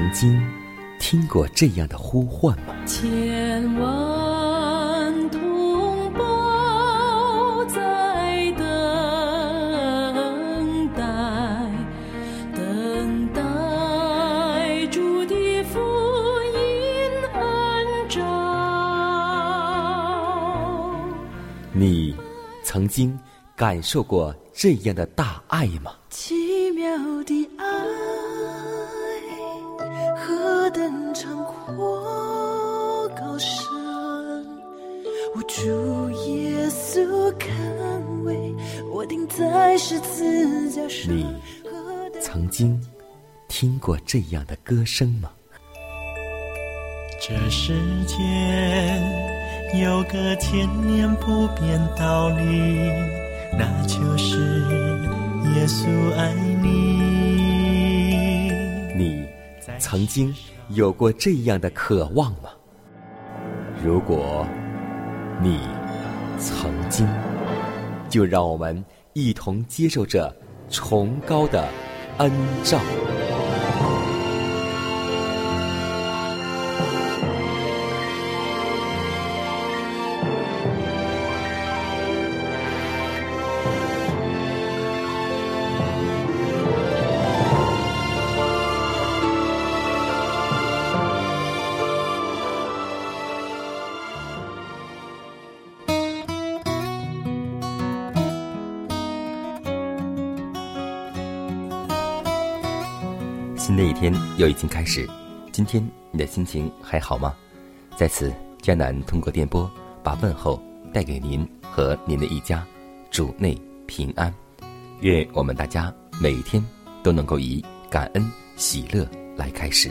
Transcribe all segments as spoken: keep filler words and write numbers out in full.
曾经听过这样的呼唤吗？ 千万同胞在等待，等待主的福音恩召。 你曾经感受过这样的大爱吗？ 奇妙的爱，何等长阔高深，我主耶稣看为我钉在十字架上。 你曾经听过这样的歌声吗？ 这世间有个千年不变道理，那就是耶稣爱你。 你曾经有过这样的渴望吗？如果你曾经，就让我们一同接受这崇高的恩召。新的一天又已经开始，今天你的心情还好吗？在此，迦南通过电波把问候带给您和您的一家，主内平安。愿我们大家每天都能够以感恩喜乐来开始。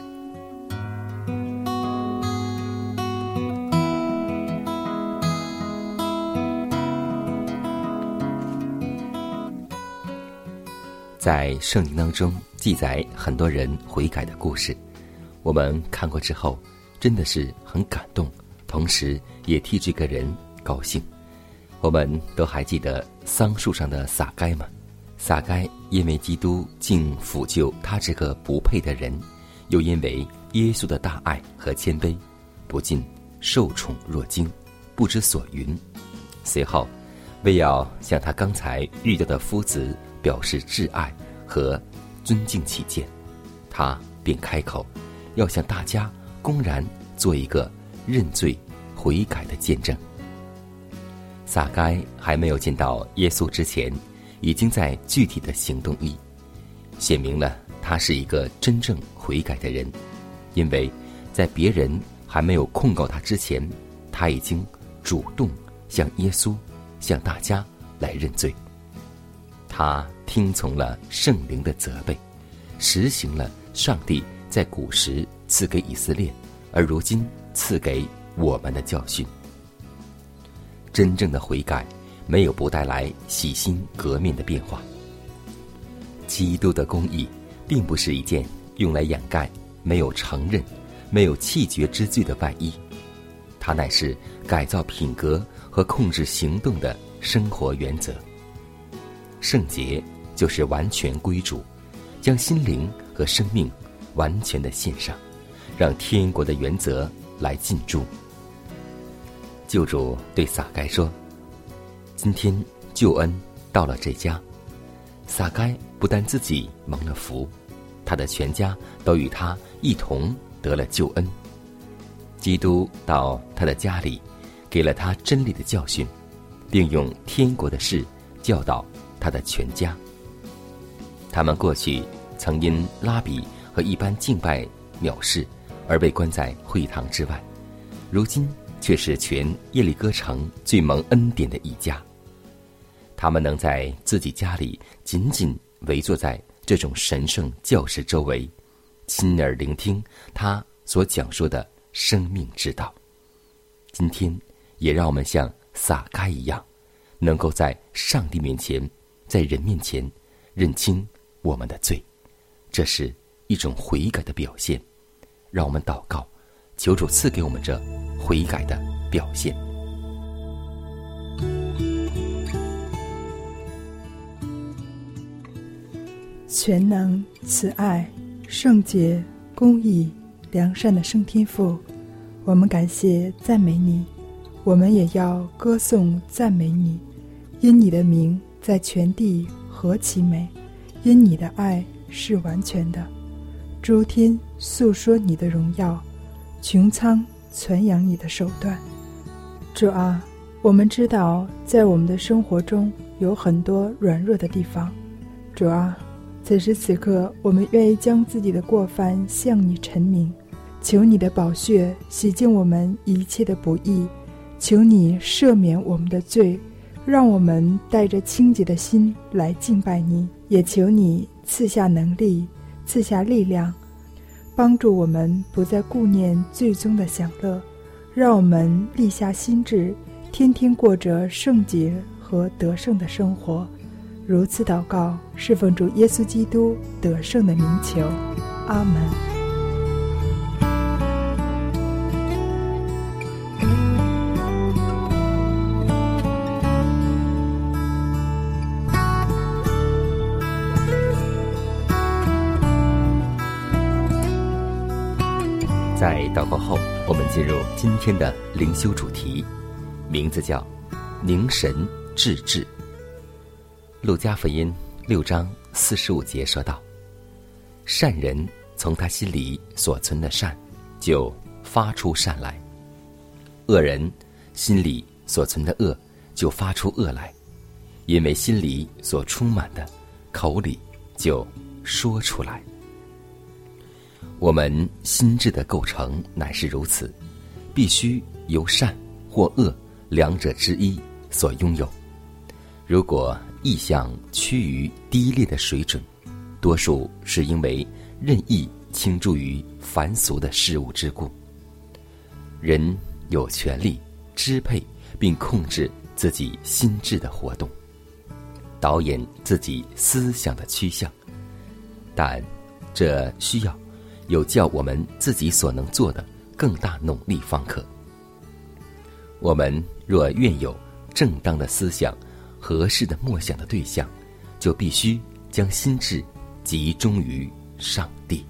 在圣经当中记载很多人悔改的故事，我们看过之后真的是很感动，同时也替这个人高兴。我们都还记得桑树上的撒该吗？撒该因为基督竟抚救他这个不配的人，又因为耶稣的大爱和谦卑，不禁受宠若惊，不知所云。随后为要向他刚才遇到的夫子表示挚爱和尊敬起见，他便开口要向大家公然做一个认罪悔改的见证。撒该还没有见到耶稣之前，已经在具体的行动里显明了他是一个真正悔改的人，因为在别人还没有控告他之前，他已经主动向耶稣向大家来认罪。他听从了圣灵的责备，实行了上帝在古时赐给以色列，而如今赐给我们的教训。真正的悔改没有不带来洗心革面的变化。基督的公义并不是一件用来掩盖没有承认、没有弃绝之罪的外衣，它乃是改造品格和控制行动的生活原则。圣洁就是完全归主，将心灵和生命完全的献上，让天国的原则来进驻。救主对撒该说，今天救恩到了这家，撒该不但自己蒙了福，他的全家都与他一同得了救恩。基督到他的家里，给了他真理的教训，并用天国的事教导他的全家。他们过去曾因拉比和一般敬拜藐视而被关在会堂之外，如今却是全耶利哥城最蒙恩典的一家。他们能在自己家里紧紧围坐在这种神圣教室周围，亲耳聆听他所讲述的生命之道。今天也让我们像撒该一样，能够在上帝面前，在人面前认清我们的罪，这是一种悔改的表现。让我们祷告，求主赐给我们这悔改的表现。 全能、慈爱、圣洁、 公义、良善的圣天父，我们感谢赞美你，我们也要歌颂赞美你，因你的名在全地何其美，因你的爱是完全的。诸天诉说你的荣耀，穹苍传扬你的手段。主啊，我们知道在我们的生活中有很多软弱的地方，主啊，此时此刻我们愿意将自己的过犯向你陈明，求你的宝血洗净我们一切的不义，求你赦免我们的罪，让我们带着清洁的心来敬拜你，也求你赐下能力，赐下力量，帮助我们不再顾念最终的享乐，让我们立下心志，天天过着圣洁和得胜的生活。如此祷告，是奉主耶稣基督得胜的名求，阿门。 在祷告后，我们进入今天的灵修主题，名字叫凝神致志。路加福音六章四十五节说道：善人从他心里所存的善就发出善来，恶人心里所存的恶就发出恶来，因为心里所充满的，口里就说出来。我们心智的构成乃是如此，必须由善或恶两者之一所拥有。如果意向趋于低劣的水准，多数是因为任意倾注于凡俗的事物之故。人有权利支配并控制自己心智的活动，导演自己思想的趋向，但这需要有叫我们自己所能做的更大努力方可。我们若愿有正当的思想、合适的默想的对象，就必须将心智集中于上帝。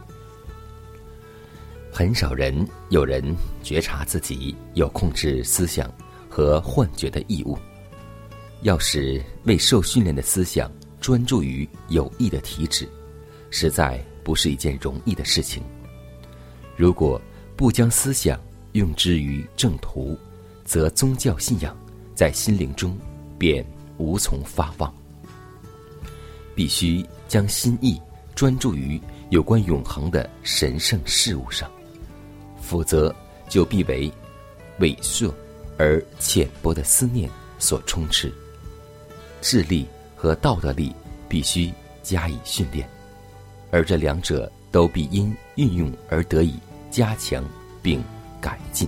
很少人有人觉察自己有控制思想和幻觉的义务。要使未受训练的思想专注于有益的体旨，实在不是一件容易的事情。如果不将思想用之于正途，则宗教信仰在心灵中便无从发旺。必须将心意专注于有关永恒的神圣事物上，否则就必为猥琐而浅薄的思念所充斥。智力和道德力必须加以训练，而这两者都必因运用而得以加强并改进。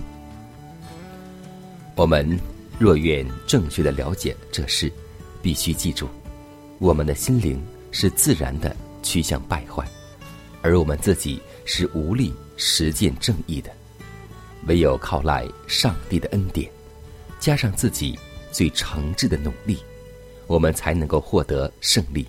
我们若愿正确地了解这事，必须记住，我们的心灵是自然地趋向败坏，而我们自己是无力实践正义的。唯有靠赖上帝的恩典，加上自己最诚挚的努力，我们才能够获得胜利。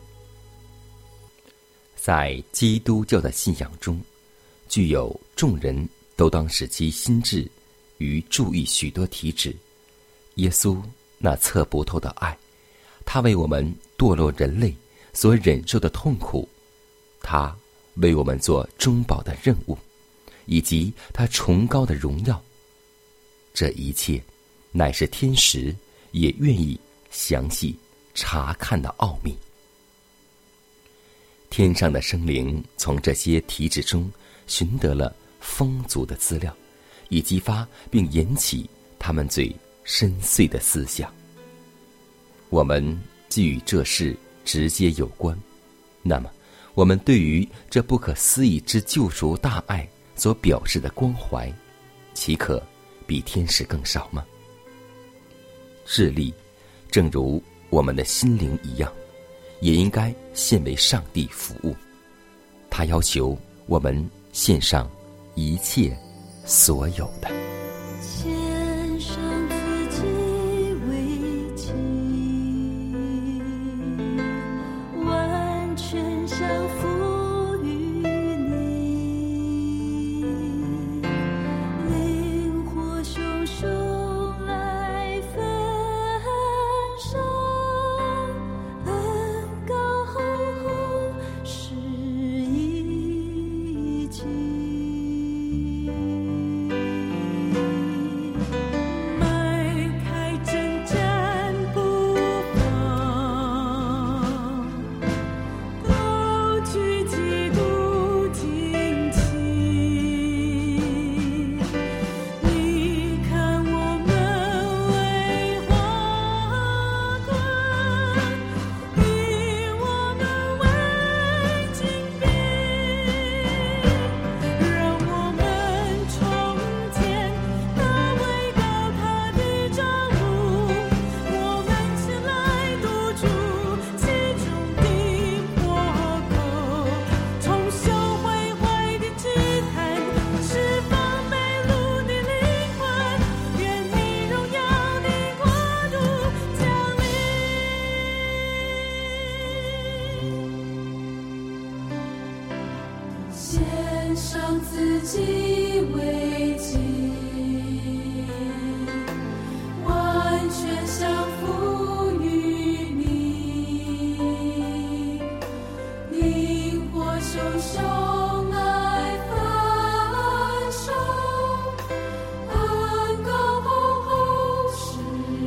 在基督教的信仰中，具有众人都当使其心智于注意许多体旨。耶稣那测不透的爱，他为我们堕落人类所忍受的痛苦，他为我们做中保的任务，以及他崇高的荣耀，这一切乃是天使也愿意详细查看的奥秘。天上的生灵从这些体旨中寻得了丰足的资料，以激发并引起他们最深邃的思想。我们既与这事直接有关，那么我们对于这不可思议之救赎大爱所表示的关怀，岂可比天使更少吗？智力正如我们的心灵一样，也应该献为上帝服务。他要求我们献上一切所有的。 献上自己为祭，完全降服于你， 上自己为己，完全降服于你，灵火熊熊爱焚烧，恩膏厚厚是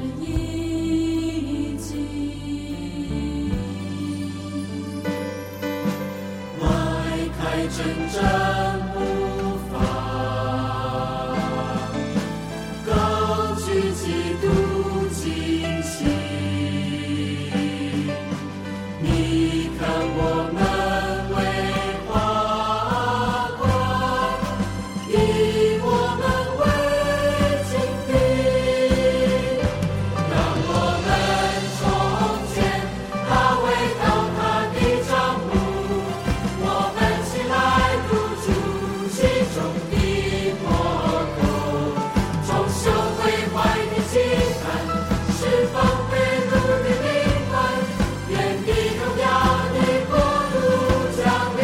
一己， 迈开征战步伐，高举基督旌旗。你看我们为华国，以我们为精兵，让我们重建大卫倒塌的帐幕，我们起来堵住其中的破口，重修毁坏的祭坛，释放被掳的灵魂，愿你荣耀的国度降临，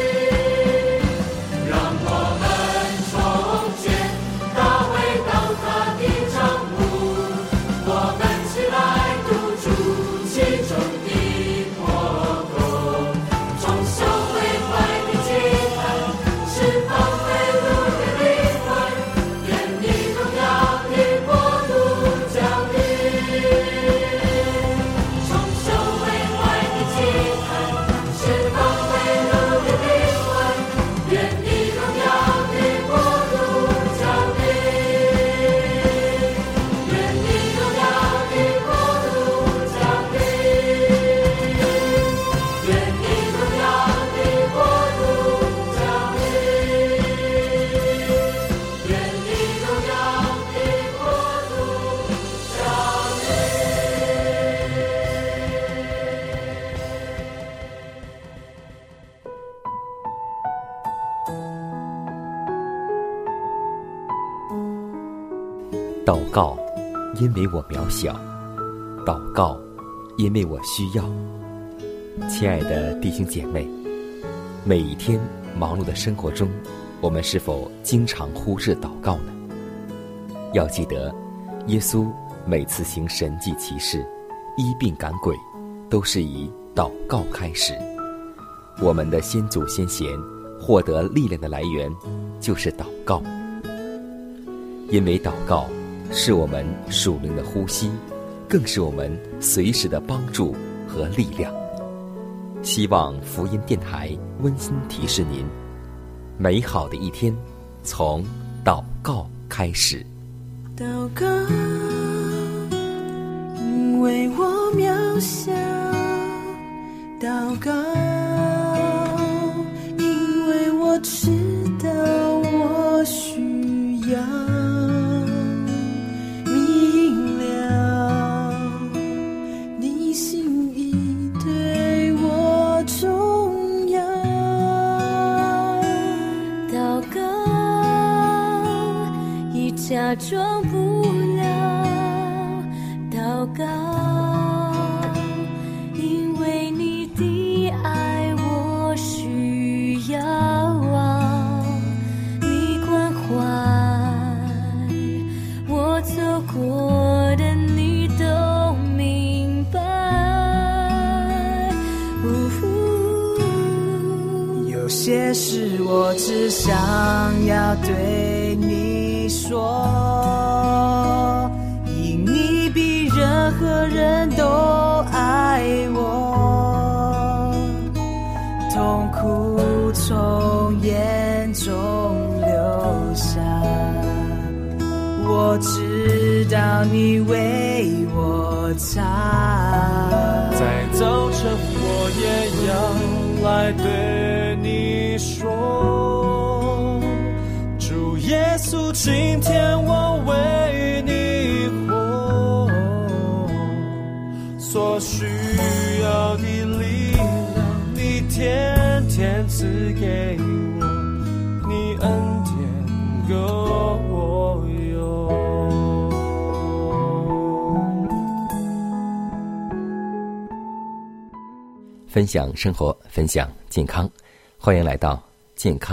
让我们重建大卫倒塌的帐幕，我们起来堵住其中的破口，重修毁坏的祭坛，释放被掳的灵魂，愿你荣耀的国度降临，重修毁坏的祭坛，释放被掳的灵魂，愿你荣耀的国度降临，愿你荣耀的国度降临，愿你荣耀的国度降临，愿你荣耀的国度降祷告，因为我渺小；祷告，因为我需要。亲爱的弟兄姐妹，每一天忙碌的生活中，我们是否经常忽视祷告呢？要记得，耶稣每次行神迹奇事、医病赶鬼，都是以祷告开始。我们的先祖先贤获得力量的来源，就是祷告。因为祷告是我们属灵的呼吸，更是我们随时的帮助和力量。希望福音电台温馨提示您，美好的一天从祷告开始。 祷告，因为我渺小；祷告，因为我知道我需要。明了你心意对我重要。祷告，已假装不了。祷告，因为你的爱我需要啊，你关怀我走过的你都明白。有些事我只想要对你说，因你比任何人都爱我，痛苦从眼中流下，我知道你为我擦。 在早晨我也要来对你说，主耶稣，今天我为你活，所需要的力量你天天赐给我，你恩典够我用。 分享生活，分享健康，欢迎来到健康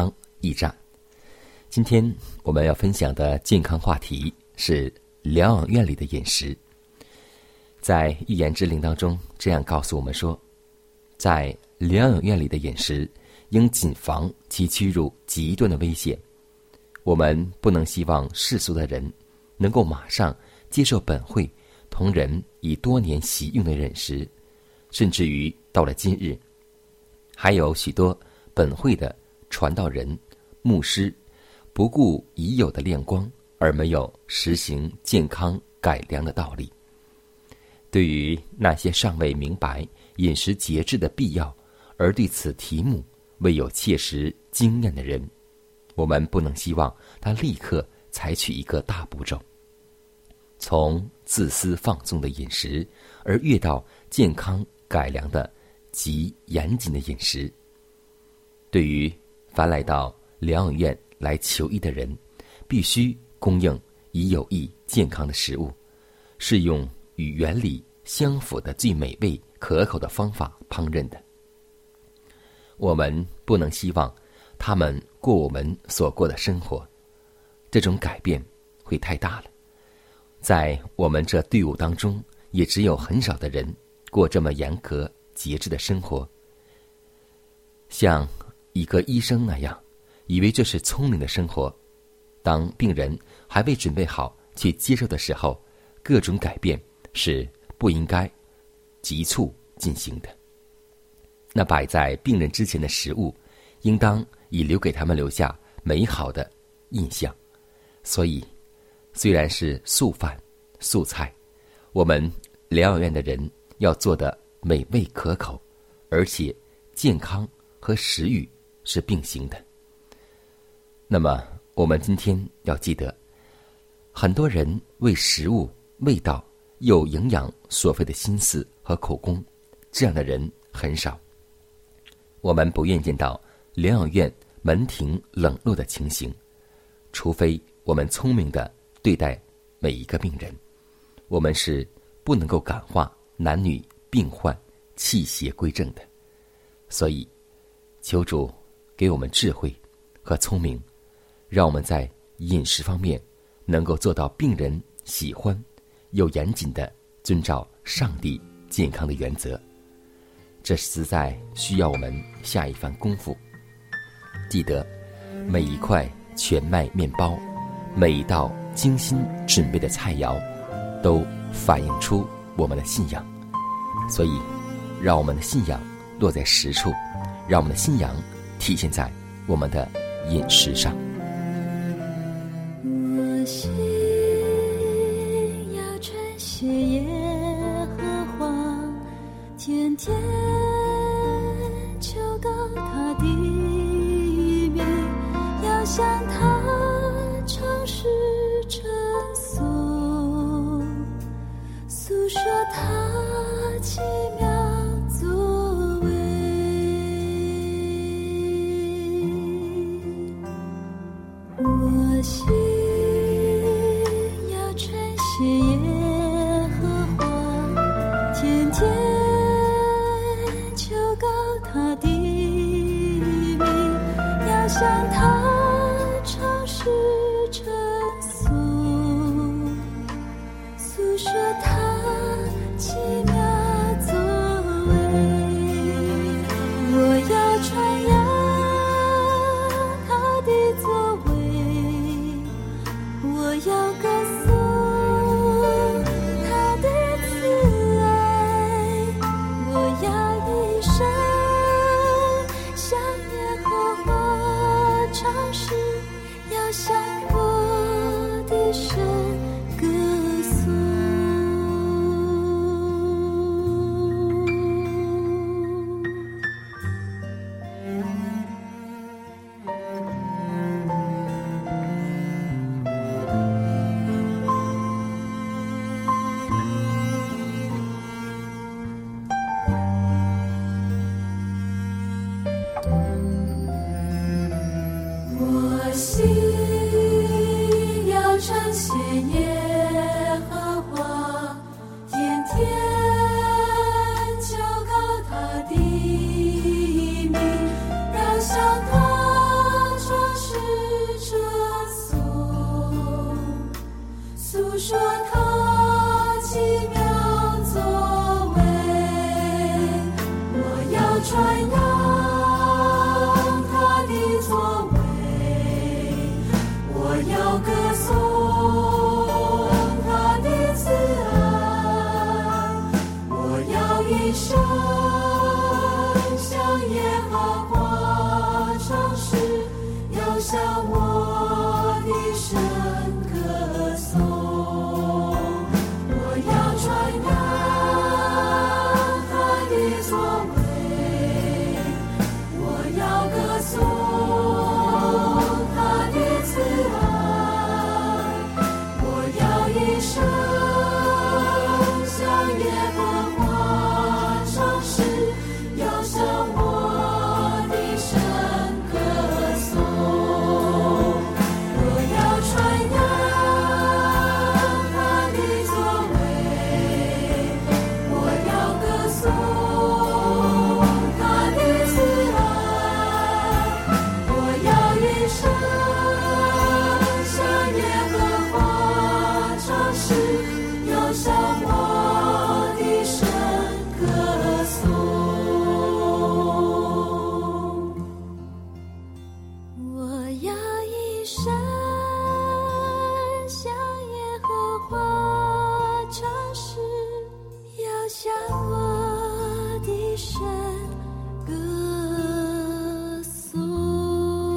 驿站。今天我们要分享的健康话题是疗养院里的饮食。在预言之灵当中这样告诉我们说，在疗养院里的饮食应谨防其趋入极端的危险。我们不能希望世俗的人能够马上接受本会同人以多年习用的饮食，甚至于到了今日，还有许多本会的传道人、牧师不顾已有的亮光，而没有实行健康改良的道理。对于那些尚未明白饮食节制的必要，而对此题目未有切实经验的人，我们不能希望他立刻采取一个大步骤，从自私放纵的饮食而跃到健康改良的极严谨的饮食。对于凡来到疗养院来求医的人，必须供应以有益健康的食物，是用与原理相符的最美味可口的方法烹饪的。我们不能希望他们过我们所过的生活，这种改变会太大了。在我们这队伍当中，也只有很少的人过这么严格节制的生活，像一个医生那样，以为这是聪明的生活。当病人还未准备好去接受的时候，各种改变是不应该急促进行的。那摆在病人之前的食物，应当以留给他们留下美好的印象。所以，虽然是素饭、素菜，我们疗养院的人要做得美味可口，而且健康和食欲是并行的。那么我们今天要记得，很多人为食物、味道又营养所费的心思和口功，这样的人很少。我们不愿见到疗养院门庭冷落的情形，除非我们聪明地对待每一个病人，我们是不能够感化男女病患气血归正的。所以求主给我们智慧和聪明，让我们在饮食方面能够做到病人喜欢又严谨地遵照上帝健康的原则。这实在需要我们下一番功夫。记得每一块全麦面包，每一道精心准备的菜肴，都反映出我们的信仰。所以让我们的信仰落在实处，让我们的信仰体现在我们的饮食上。 我心要称谢耶和华，天天求告他的名，要向他诚实称颂，诉说他奇妙作为。我心要称谢耶和华，天天求告他的名，要向他诚实称颂，诉说他奇妙作为。我要传扬他的作为，我要歌颂他的慈爱，我要一生向耶和华唱诗，要向我的神歌颂。我心要称谢耶和华，天天求告他的名，要向他唱耶和华唱诗，要向我的神歌颂。我要传扬他的作为，我要歌颂他的慈爱，我要一生向耶和华唱诗，要向我的神歌颂。我要传扬他的作为，我要歌颂他的慈爱，我要一生向耶和华唱诗，要向我的神歌颂。我要一生向耶和华唱诗，要向我的神歌颂。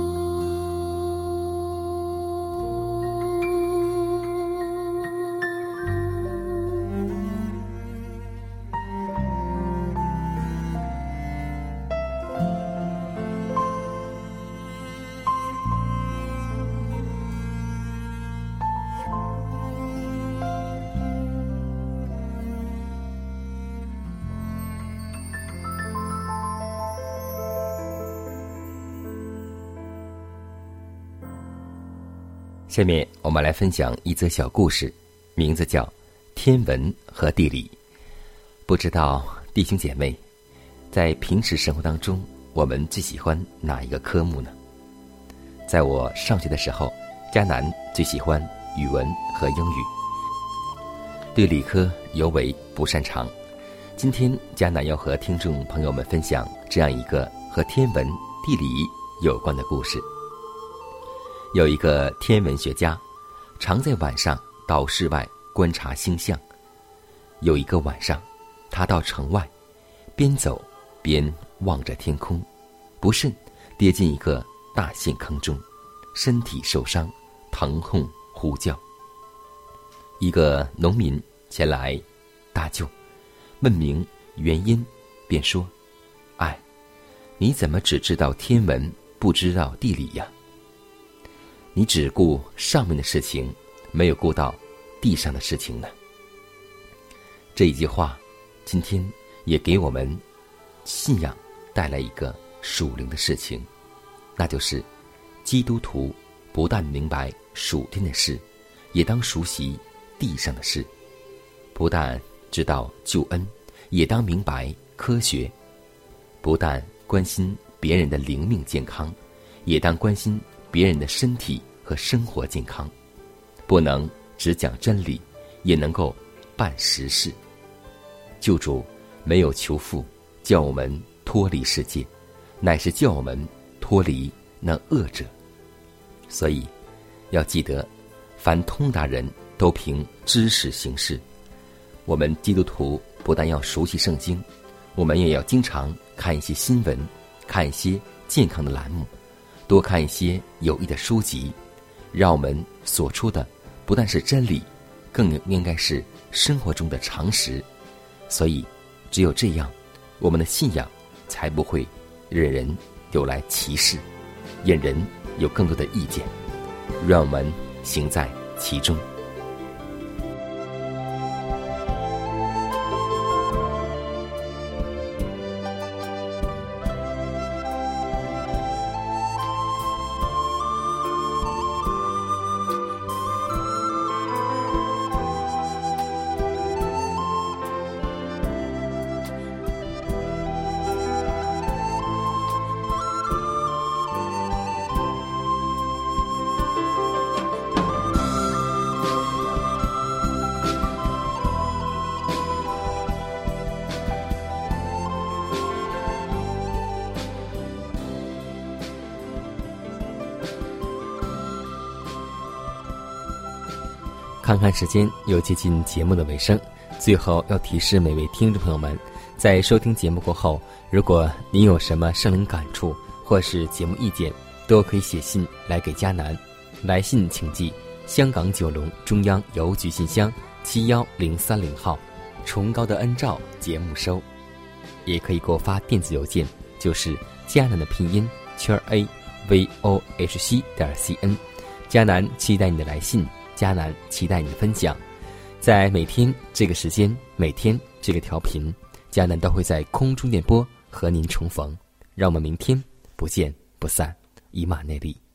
下面我们来分享一则小故事，名字叫《天文和地理》。不知道弟兄姐妹，在平时生活当中，我们最喜欢哪一个科目呢？在我上学的时候，迦南最喜欢语文和英语，对理科尤为不擅长。今天迦南要和听众朋友们分享这样一个和天文、地理有关的故事。有一个天文学家，常在晚上到室外观察星象。有一个晚上，他到城外，边走边望着天空，不慎跌进一个大陷坑中，身体受伤，疼痛呼叫。一个农民前来搭救，问明原因，便说：“哎，你怎么只知道天文，不知道地理呀？你只顾上面的事情，没有顾到地上的事情呢。”这一句话，今天也给我们信仰带来一个属灵的事情，那就是基督徒不但明白属天的事，也当熟悉地上的事；不但知道救恩，也当明白科学；不但关心别人的灵命健康，也当关心别人的身体和生活健康。不能只讲真理，也能够办实事。救主没有求父叫我们脱离世界，乃是叫我们脱离那恶者。所以要记得，凡通达人都凭知识行事。我们基督徒不但要熟悉圣经，我们也要经常看一些新闻，看一些健康的栏目，多看一些有益的书籍，让我们所出的不但是真理，更应该是生活中的常识。所以只有这样，我们的信仰才不会惹人有来歧视，引人有更多的意见，让我们行在其中。看看时间，又接近节目的尾声，最后要提示每位听众朋友们， 在收听节目过后，如果您有什么圣灵感触或是节目意见，都可以写信来给迦南。来信请寄香港九龙中央邮局信箱七一零三零号，崇高的恩照节目收。也可以给我发电子邮件，就是迦南的拼音圈 a v o h c 点 c n。迦南期待你的来信，迦南期待你的分享。在每天这个时间，每天这个调频，迦南都会在空中电波和您重逢。让我们明天不见不散，以马内利。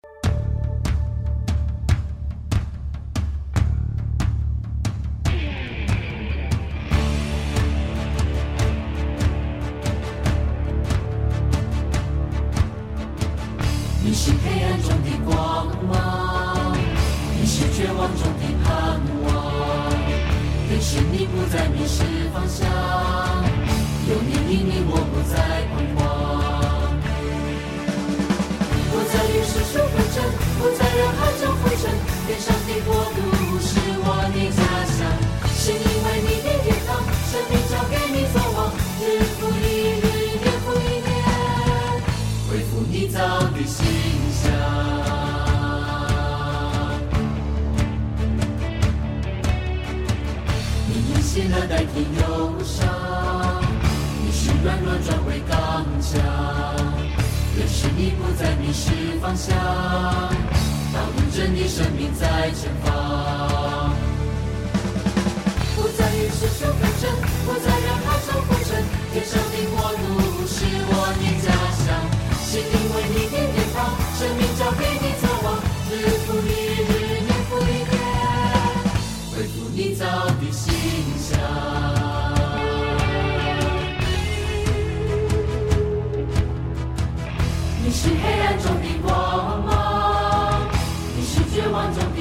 你是黑暗中的光芒，你是绝望中的盼望，更是你不再迷失方向，有你引领我不再彷徨。不再与世俗纷争，不再让海中浮沉，天上的国度是我的家乡，是因为你的天堂，生命交给你作王，日复一日，年复一年，恢复你造的形象。你用喜乐代替忧伤，你是软弱转为刚强，认识你不再迷失方向，道路真理生命在前方。不再与世俗纷争，不再让海上浮沉，天上的国度是我的家乡，是因为你的天堂，生命交给你作王，日复一日，年复一年，恢复你造的形象。你是黑暗中的光芒，你是绝望中的